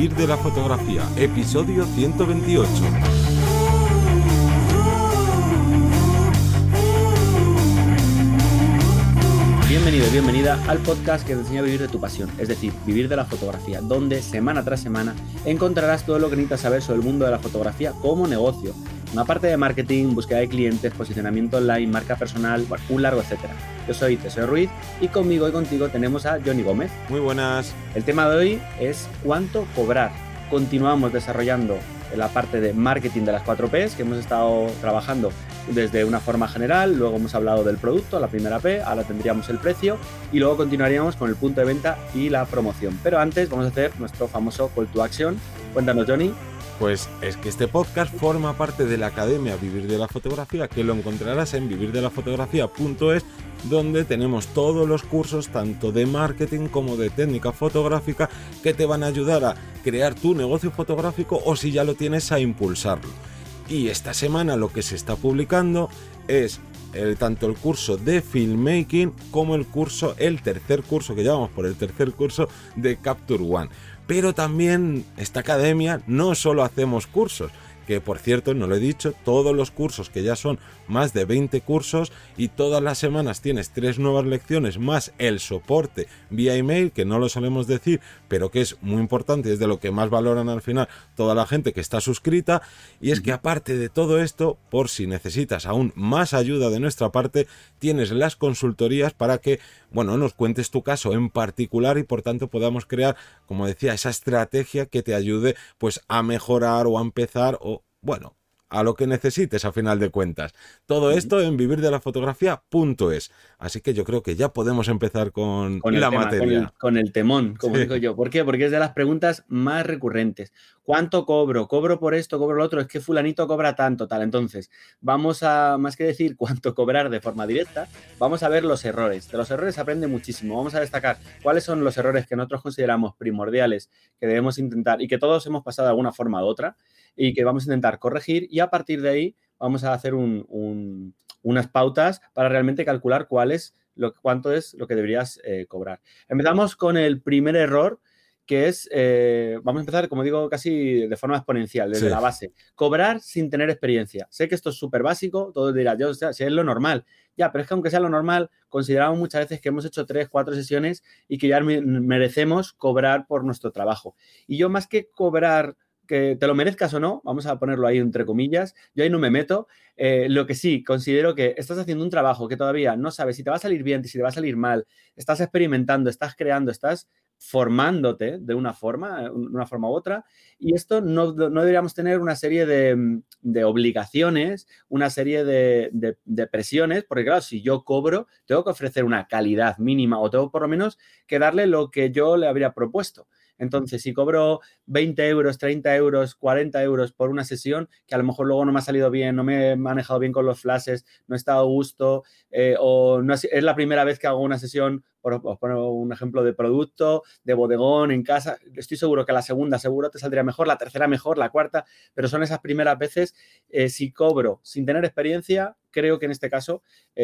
Vivir de la fotografía, episodio 128. Bienvenido y bienvenida al podcast que te enseña a vivir de tu pasión, es decir, vivir de la fotografía, donde semana tras semana encontrarás todo lo que necesitas saber sobre el mundo de la fotografía como negocio. Una parte de marketing, búsqueda de clientes, posicionamiento online, marca personal, bueno, un largo etcétera. Yo soy Teseo Ruiz y conmigo y contigo tenemos a Johnny Gómez. Muy buenas. El tema de hoy es cuánto cobrar. Continuamos desarrollando la parte de marketing de las 4Ps que hemos estado trabajando desde una forma general, luego hemos hablado del producto, la primera P, ahora tendríamos el precio y luego continuaríamos con el punto de venta y la promoción. Pero antes vamos a hacer nuestro famoso call to action. Cuéntanos, Johnny. Pues es que este podcast forma parte de la Academia Vivir de la Fotografía, que lo encontrarás en vivirdelafotografía.es, donde tenemos todos los cursos, tanto de marketing como de técnica fotográfica, que te van a ayudar a crear tu negocio fotográfico o si ya lo tienes, a impulsarlo. Y esta semana lo que se está publicando es tanto el curso de filmmaking como el tercer curso, que ya vamos por el tercer curso de Capture One. Pero también esta academia no solo hacemos cursos, que por cierto, no lo he dicho, todos los cursos, que ya son más de 20 cursos y todas las semanas tienes 3 nuevas lecciones más el soporte vía email, que no lo solemos decir, pero que es muy importante y es de lo que más valoran al final toda la gente que está suscrita. Y es que aparte de todo esto, por si necesitas aún más ayuda de nuestra parte, tienes las consultorías para que, nos cuentes tu caso en particular y por tanto podamos crear, como decía, esa estrategia que te ayude pues a mejorar o a empezar a lo que necesites a final de cuentas. Todo esto en vivirdelafotografía.es. Así que yo creo que ya podemos empezar con la materia. Con el temón, como digo yo. ¿Por qué? Porque es de las preguntas más recurrentes. ¿Cuánto cobro? ¿Cobro por esto? ¿Cobro lo otro? Es que fulanito cobra tanto, tal. Entonces, vamos a, más que decir cuánto cobrar de forma directa, vamos a ver los errores. De los errores se aprende muchísimo. Vamos a destacar cuáles son los errores que nosotros consideramos primordiales, que debemos intentar y que todos hemos pasado de alguna forma u otra y que vamos a intentar corregir, y a partir de ahí vamos a hacer unas pautas para realmente calcular cuánto es lo que deberías cobrar. Empezamos con el primer error, que es, vamos a empezar, como digo, casi de forma exponencial, desde la base. Cobrar sin tener experiencia. Sé que esto es súper básico, todos dirán, si es lo normal. Ya, pero es que aunque sea lo normal, consideramos muchas veces que hemos hecho 3, 4 sesiones y que ya merecemos cobrar por nuestro trabajo. Y yo, más que cobrar, que te lo merezcas o no, vamos a ponerlo ahí entre comillas, yo ahí no me meto. Lo que sí, considero que estás haciendo un trabajo que todavía no sabes si te va a salir bien, si te va a salir mal, estás experimentando, estás creando, estás formándote de una forma u otra, y esto no deberíamos tener una serie de obligaciones, una serie de presiones, porque claro, si yo cobro, tengo que ofrecer una calidad mínima o tengo por lo menos que darle lo que yo le habría propuesto. Entonces, si cobro 20 euros, 30 euros, 40 euros por una sesión, que a lo mejor luego no me ha salido bien, no me he manejado bien con los flashes, no he estado a gusto, o no es la primera vez que hago una sesión, os pongo un ejemplo de producto, de bodegón, en casa, estoy seguro que la segunda seguro te saldría mejor, la tercera mejor, la cuarta, pero son esas primeras veces. Si cobro sin tener experiencia, creo que en este caso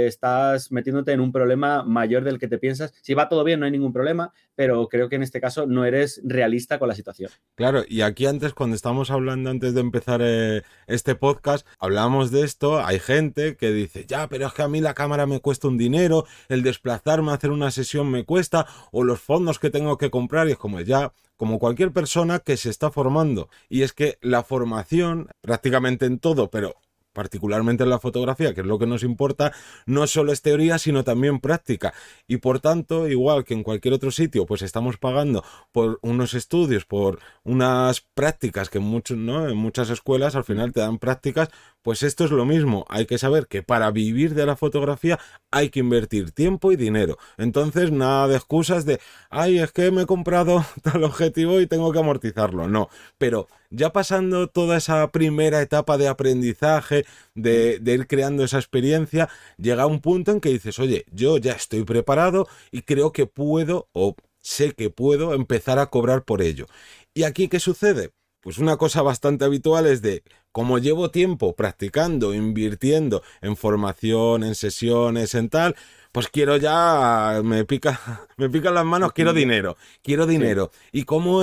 estás metiéndote en un problema mayor del que te piensas. Si va todo bien, no hay ningún problema, pero creo que en este caso no eres realista con la situación. Claro, y aquí antes, cuando estábamos hablando antes de empezar este podcast, hablábamos de esto. Hay gente que dice, ya, pero es que a mí la cámara me cuesta un dinero, el desplazarme a hacer una sesión me cuesta, o los fondos que tengo que comprar, y es como cualquier persona que se está formando. Y es que la formación, prácticamente en todo, pero particularmente en la fotografía, que es lo que nos importa, no solo es teoría, sino también práctica. Y por tanto, igual que en cualquier otro sitio, pues estamos pagando por unos estudios, por unas prácticas que en muchas escuelas al final te dan prácticas, pues esto es lo mismo. Hay que saber que para vivir de la fotografía hay que invertir tiempo y dinero. Entonces, nada de excusas de, es que me he comprado tal objetivo y tengo que amortizarlo. No, pero ya pasando toda esa primera etapa de aprendizaje, de ir creando esa experiencia, llega un punto en que dices, oye, yo ya estoy preparado y creo que puedo, o sé que puedo, empezar a cobrar por ello. ¿Y aquí qué sucede? Pues una cosa bastante habitual es de, como llevo tiempo practicando, invirtiendo en formación, en sesiones, en tal, pues quiero ya, me pican las manos, quiero dinero. Sí. ¿Y cómo es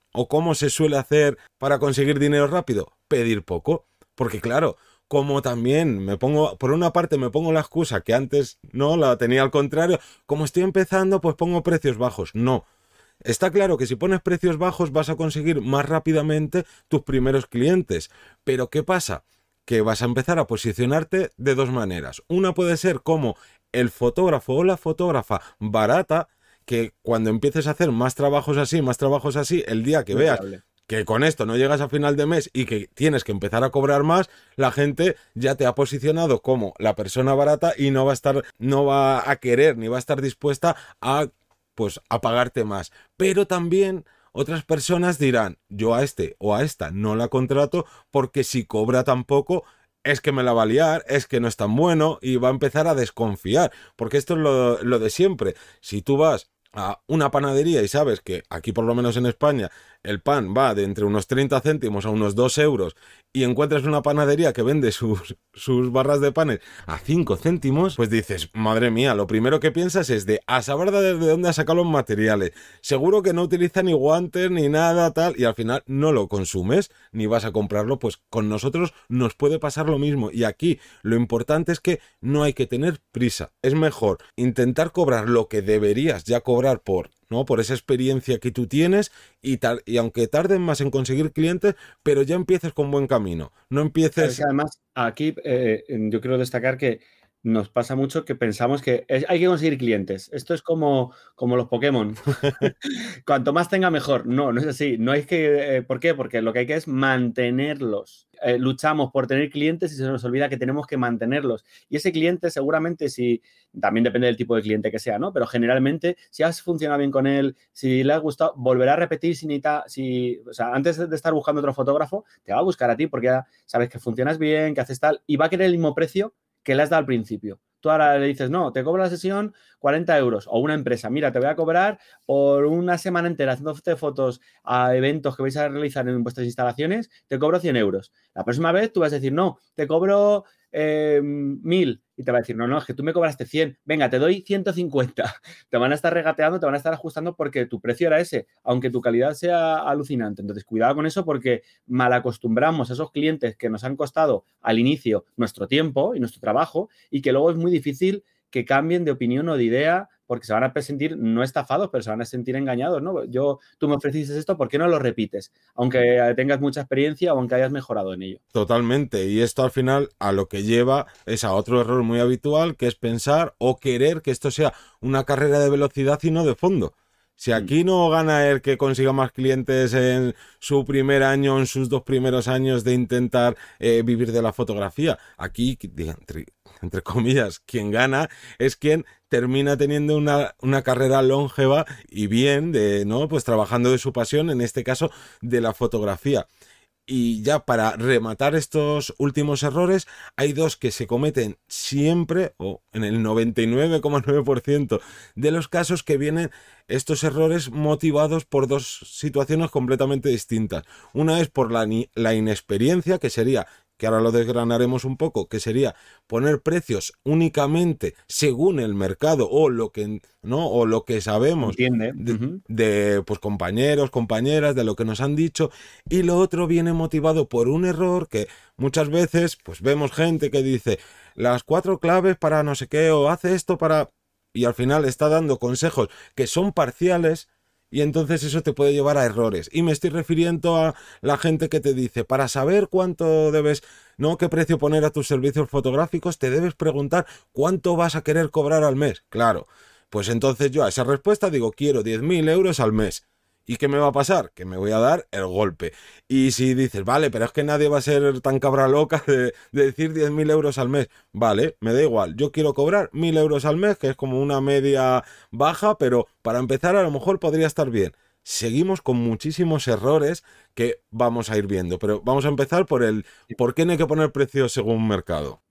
¿O cómo se suele hacer para conseguir dinero rápido? Pedir poco. Porque claro, como también por una parte me pongo la excusa que antes no la tenía al contrario, como estoy empezando, pues pongo precios bajos. No. Está claro que si pones precios bajos vas a conseguir más rápidamente tus primeros clientes. Pero ¿qué pasa? Que vas a empezar a posicionarte de dos maneras. Una puede ser como el fotógrafo o la fotógrafa barata, que cuando empieces a hacer más trabajos así, el día que veas que con esto no llegas a final de mes y que tienes que empezar a cobrar más, la gente ya te ha posicionado como la persona barata y no va a querer ni va a estar dispuesta a pagarte más. Pero también otras personas dirán, yo a este o a esta no la contrato porque si cobra tan poco es que me la va a liar, es que no es tan bueno y va a empezar a desconfiar. Porque esto es lo de siempre. Si tú vas a una panadería y sabes que aquí por lo menos en España el pan va de entre unos 30 céntimos a unos 2 euros y encuentras una panadería que vende sus barras de panes a 5 céntimos, pues dices, madre mía, lo primero que piensas es a saber de dónde ha sacado los materiales. Seguro que no utiliza ni guantes ni nada tal y al final no lo consumes ni vas a comprarlo. Pues con nosotros nos puede pasar lo mismo y aquí lo importante es que no hay que tener prisa. Es mejor intentar cobrar lo que deberías ya cobrar por esa experiencia que tú tienes y aunque tarden más en conseguir clientes, pero ya empieces con buen camino. No empieces... Es que además, aquí yo quiero destacar que nos pasa mucho que pensamos que hay que conseguir clientes. Esto es como los Pokémon. Cuanto más tenga, mejor. No es así. No hay que... ¿por qué? Porque lo que hay que es mantenerlos. Luchamos por tener clientes y se nos olvida que tenemos que mantenerlos. Y ese cliente seguramente también depende del tipo de cliente que sea, ¿no? Pero generalmente, si has funcionado bien con él, si le has gustado, volverá a repetir o sea, antes de estar buscando otro fotógrafo, te va a buscar a ti porque ya sabes que funcionas bien, que haces tal, y va a querer el mismo precio que le has dado al principio. Tú ahora le dices, no, te cobro la sesión 40 euros. O una empresa, mira, te voy a cobrar por una semana entera haciéndote fotos a eventos que vais a realizar en vuestras instalaciones, te cobro 100 euros. La próxima vez tú vas a decir, no, te cobro 1000. Y te va a decir, no, es que tú me cobraste 100. Venga, te doy 150. Te van a estar regateando, te van a estar ajustando porque tu precio era ese, aunque tu calidad sea alucinante. Entonces, cuidado con eso porque mal acostumbramos a esos clientes que nos han costado al inicio nuestro tiempo y nuestro trabajo y que luego es muy difícil que cambien de opinión o de idea porque se van a sentir no estafados, pero se van a sentir engañados, ¿no? Tú me ofreciste esto, ¿por qué no lo repites? Aunque tengas mucha experiencia o aunque hayas mejorado en ello. Totalmente, y esto al final a lo que lleva es a otro error muy habitual, que es pensar o querer que esto sea una carrera de velocidad y no de fondo. Si aquí no gana el que consiga más clientes en su primer año, en sus 2 primeros años de intentar vivir de la fotografía, aquí, entre comillas, quien gana es quien termina teniendo una carrera longeva y bien, pues trabajando de su pasión, en este caso de la fotografía. Y ya para rematar estos últimos errores, hay dos que se cometen siempre, o en el 99,9% de los casos, que vienen estos errores motivados por dos situaciones completamente distintas. Una es por la inexperiencia, que sería, que ahora lo desgranaremos un poco, que sería poner precios únicamente según el mercado o lo que sabemos de pues compañeros, compañeras, de lo que nos han dicho, y lo otro viene motivado por un error que muchas veces pues vemos gente que dice las 4 claves para no sé qué o hace esto para... y al final está dando consejos que son parciales. Y entonces eso te puede llevar a errores. Y me estoy refiriendo a la gente que te dice, para saber cuánto debes, qué precio poner a tus servicios fotográficos, te debes preguntar cuánto vas a querer cobrar al mes. Claro, pues entonces yo a esa respuesta digo, quiero 10.000 euros al mes. ¿Y qué me va a pasar? Que me voy a dar el golpe. Y si dices, vale, pero es que nadie va a ser tan cabra loca de decir 10.000 euros al mes. Vale, me da igual. Yo quiero cobrar 1.000 euros al mes, que es como una media baja, pero para empezar a lo mejor podría estar bien. Seguimos con muchísimos errores que vamos a ir viendo, pero vamos a empezar por qué no hay que poner precios según mercado.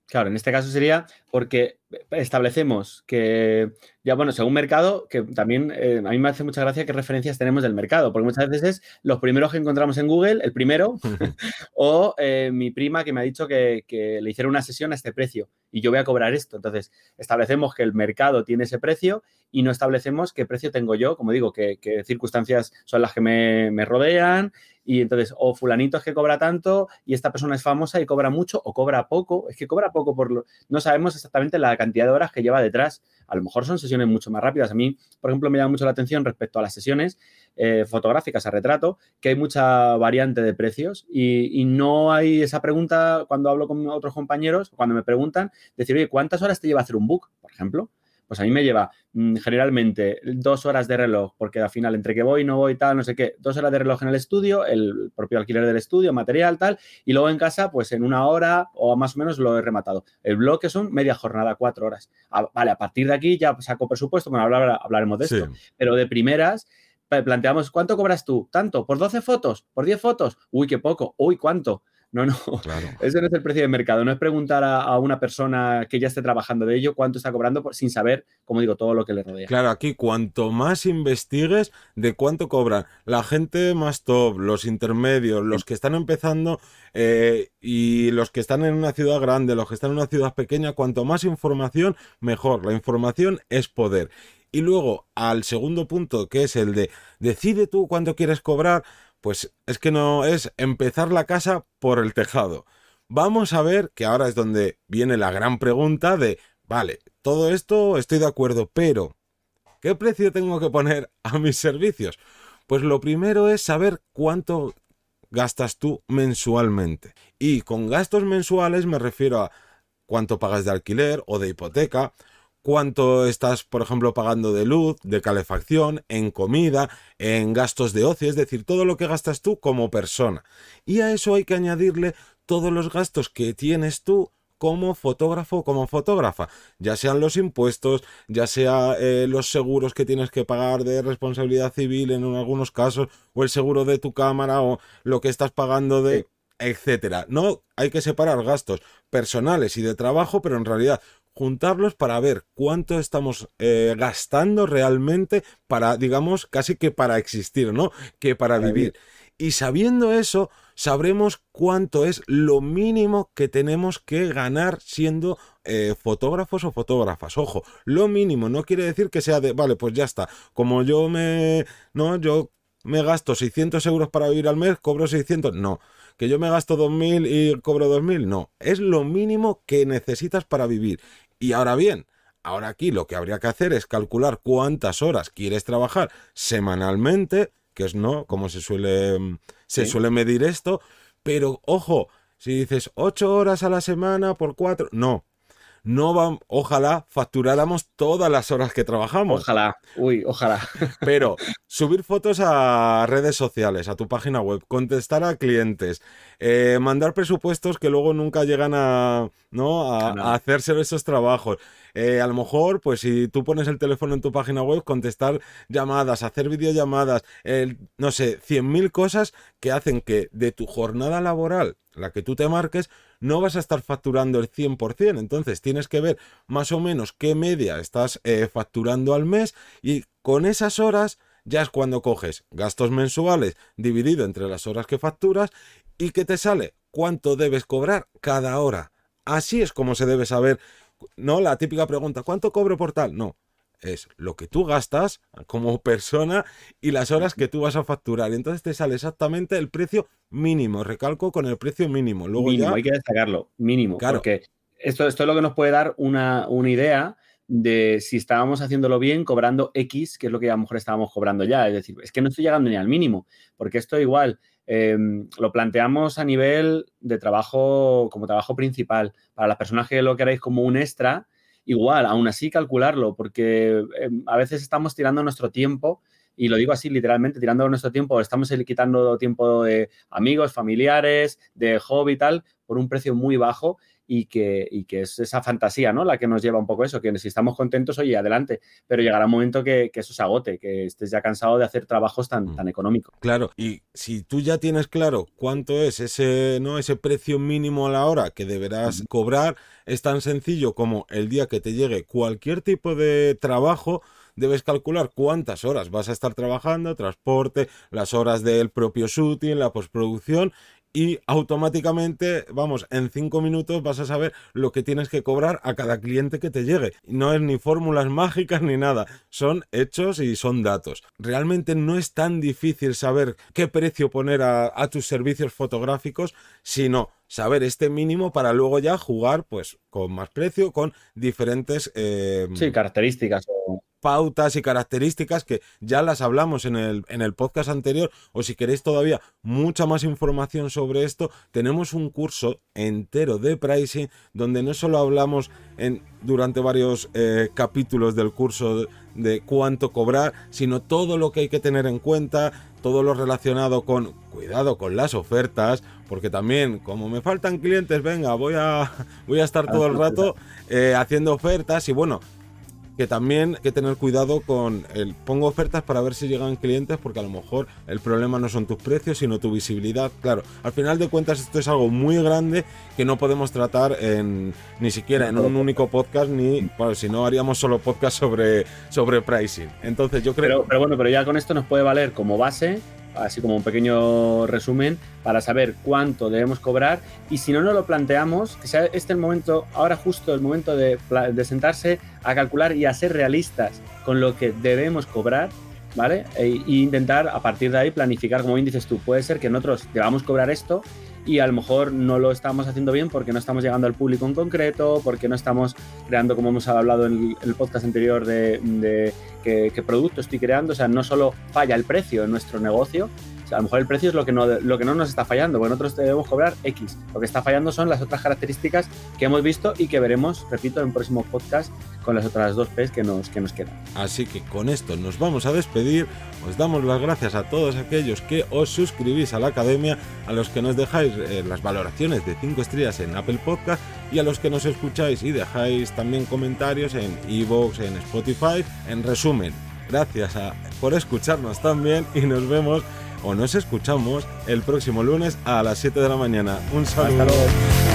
Claro, en este caso sería porque establecemos que, ya bueno, según mercado, que también a mí me hace mucha gracia qué referencias tenemos del mercado, porque muchas veces es los primeros que encontramos en Google, el primero, o mi prima que me ha dicho que le hiciera una sesión a este precio y yo voy a cobrar esto. Entonces, establecemos que el mercado tiene ese precio y no establecemos qué precio tengo yo, como digo, qué circunstancias son las que me rodean. Y entonces, o fulanito es que cobra tanto y esta persona es famosa y cobra mucho o cobra poco. Es que cobra poco no sabemos exactamente la cantidad de horas que lleva detrás. A lo mejor son sesiones mucho más rápidas. A mí, por ejemplo, me llama mucho la atención respecto a las sesiones fotográficas a retrato, que hay mucha variante de precios y no hay esa pregunta cuando hablo con otros compañeros, cuando me preguntan, decir, oye, ¿cuántas horas te lleva hacer un book, por ejemplo? Pues a mí me lleva generalmente 2 horas de reloj, porque al final entre que voy, no voy, tal, no sé qué, 2 horas de reloj en el estudio, el propio alquiler del estudio, material, tal, y luego en casa, pues en 1 hora o más o menos lo he rematado. El bloque son media jornada, 4 horas. Vale, a partir de aquí ya saco presupuesto, bueno, hablaremos de esto, pero de primeras planteamos, ¿cuánto cobras tú? ¿Tanto? ¿Por 12 fotos? ¿Por 10 fotos? Uy, qué poco. Uy, ¿cuánto? No, claro. Ese no es el precio de mercado, no es preguntar a una persona que ya esté trabajando de ello cuánto está cobrando sin saber, como digo, todo lo que le rodea. Claro, aquí cuanto más investigues de cuánto cobran la gente más top, los intermedios, los que están empezando y los que están en una ciudad grande, los que están en una ciudad pequeña, cuanto más información, mejor. La información es poder. Y luego, al segundo punto, que es el de decide tú cuánto quieres cobrar, pues es que no es empezar la casa por el tejado. Vamos a ver, que ahora es donde viene la gran pregunta de, vale, todo esto estoy de acuerdo, pero ¿qué precio tengo que poner a mis servicios? Pues lo primero es saber cuánto gastas tú mensualmente. Y con gastos mensuales me refiero a cuánto pagas de alquiler o de hipoteca, cuánto estás, por ejemplo, pagando de luz, de calefacción, en comida, en gastos de ocio, es decir, todo lo que gastas tú como persona. Y a eso hay que añadirle todos los gastos que tienes tú como fotógrafo o como fotógrafa, ya sean los impuestos, ya sea los seguros que tienes que pagar de responsabilidad civil en algunos casos, o el seguro de tu cámara, o lo que estás pagando de... etcétera. No hay que separar gastos personales y de trabajo, pero en realidad juntarlos para ver cuánto estamos gastando realmente para, digamos, casi que para existir, ¿no? Que para vivir. Y sabiendo eso, sabremos cuánto es lo mínimo que tenemos que ganar siendo fotógrafos o fotógrafas. Ojo, lo mínimo no quiere decir que sea de, vale, pues ya está. Como yo me gasto 600 euros para vivir al mes, cobro 600. No. Que yo me gasto 2.000 y cobro 2.000. No. Es lo mínimo que necesitas para vivir. Y ahora bien, ahora aquí lo que habría que hacer es calcular cuántas horas quieres trabajar semanalmente, que es no, como se suele medir esto, pero ojo, si dices 8 horas a la semana por 4, no ojalá facturáramos todas las horas que trabajamos. Ojalá. Pero subir fotos a redes sociales, a tu página web, contestar a clientes, mandar presupuestos que luego nunca llegan a hacerse esos trabajos. A lo mejor, pues si tú pones el teléfono en tu página web, contestar llamadas, hacer videollamadas, no sé, 100.000 cosas que hacen que de tu jornada laboral, la que tú te marques, no vas a estar facturando el 100%. Entonces tienes que ver más o menos qué media estás facturando al mes y con esas horas ya es cuando coges gastos mensuales dividido entre las horas que facturas y que te sale cuánto debes cobrar cada hora. Así es como se debe saber, no la típica pregunta, ¿cuánto cobro por tal? No. Es lo que tú gastas como persona y las horas que tú vas a facturar. Entonces te sale exactamente el precio mínimo. Recalco con el precio mínimo. Luego mínimo, ya... hay que destacarlo, mínimo. Claro. Porque esto es lo que nos puede dar una idea de si estábamos haciéndolo bien cobrando X, que es lo que a lo mejor estábamos cobrando ya. Es decir, es que no estoy llegando ni al mínimo. Porque esto igual lo planteamos a nivel de trabajo, como trabajo principal. Para las personas que lo queráis como un extra, igual, aún así calcularlo, porque a veces estamos tirando nuestro tiempo, y lo digo así literalmente, tirando nuestro tiempo, estamos quitando tiempo de amigos, familiares, de hobby y tal, por un precio muy bajo, y que es esa fantasía, ¿no? La que nos lleva un poco eso, que si estamos contentos, oye, adelante, pero llegará un momento que eso se agote, que estés ya cansado de hacer trabajos tan económicos. Claro, y si tú ya tienes claro cuánto es ese precio mínimo a la hora que deberás cobrar, es tan sencillo como el día que te llegue cualquier tipo de trabajo, debes calcular cuántas horas vas a estar trabajando, transporte, las horas del propio shooting, la postproducción, y automáticamente, vamos, en 5 minutos vas a saber lo que tienes que cobrar a cada cliente que te llegue. No es ni fórmulas mágicas ni nada, son hechos y son datos. Realmente no es tan difícil saber qué precio poner a tus servicios fotográficos, sino saber este mínimo para luego ya jugar pues con más precio, con diferentes características pautas y características que ya las hablamos en el podcast anterior, o si queréis todavía mucha más información sobre esto, tenemos un curso entero de pricing donde no solo hablamos durante varios capítulos del curso de cuánto cobrar, sino todo lo que hay que tener en cuenta, todo lo relacionado con cuidado con las ofertas, porque también como me faltan clientes, venga, voy a estar todo el rato haciendo ofertas, y bueno, que también hay que tener cuidado con pongo ofertas para ver si llegan clientes, porque a lo mejor el problema no son tus precios, sino tu visibilidad. Claro, al final de cuentas esto es algo muy grande que no podemos tratar ni siquiera en un único podcast, bueno, si no haríamos solo podcast sobre pricing. Entonces yo creo... Pero ya con esto nos puede valer como base, así como un pequeño resumen, para saber cuánto debemos cobrar, y si no nos lo planteamos, que sea este el momento, ahora justo el momento de sentarse a calcular y a ser realistas con lo que debemos cobrar, ¿vale? E intentar a partir de ahí planificar, como bien dices tú, puede ser que nosotros debamos cobrar esto y a lo mejor no lo estamos haciendo bien porque no estamos llegando al público en concreto, porque no estamos creando, como hemos hablado en el podcast anterior, de qué producto estoy creando. O sea, no solo falla el precio en nuestro negocio, o sea, a lo mejor el precio es lo que no nos está fallando, porque nosotros debemos cobrar X. Lo que está fallando son las otras características que hemos visto y que veremos, repito, en el próximo podcast con las otras 2 P's que nos quedan. Así que con esto nos vamos a despedir. Os damos las gracias a todos aquellos que os suscribís a la academia, a los que nos dejáis las valoraciones de 5 estrellas en Apple Podcast, y a los que nos escucháis y dejáis también comentarios en iVoox, en Spotify. En resumen, gracias por escucharnos también, y nos vemos o nos escuchamos el próximo lunes a las 7 de la mañana. Un saludo. Hasta luego.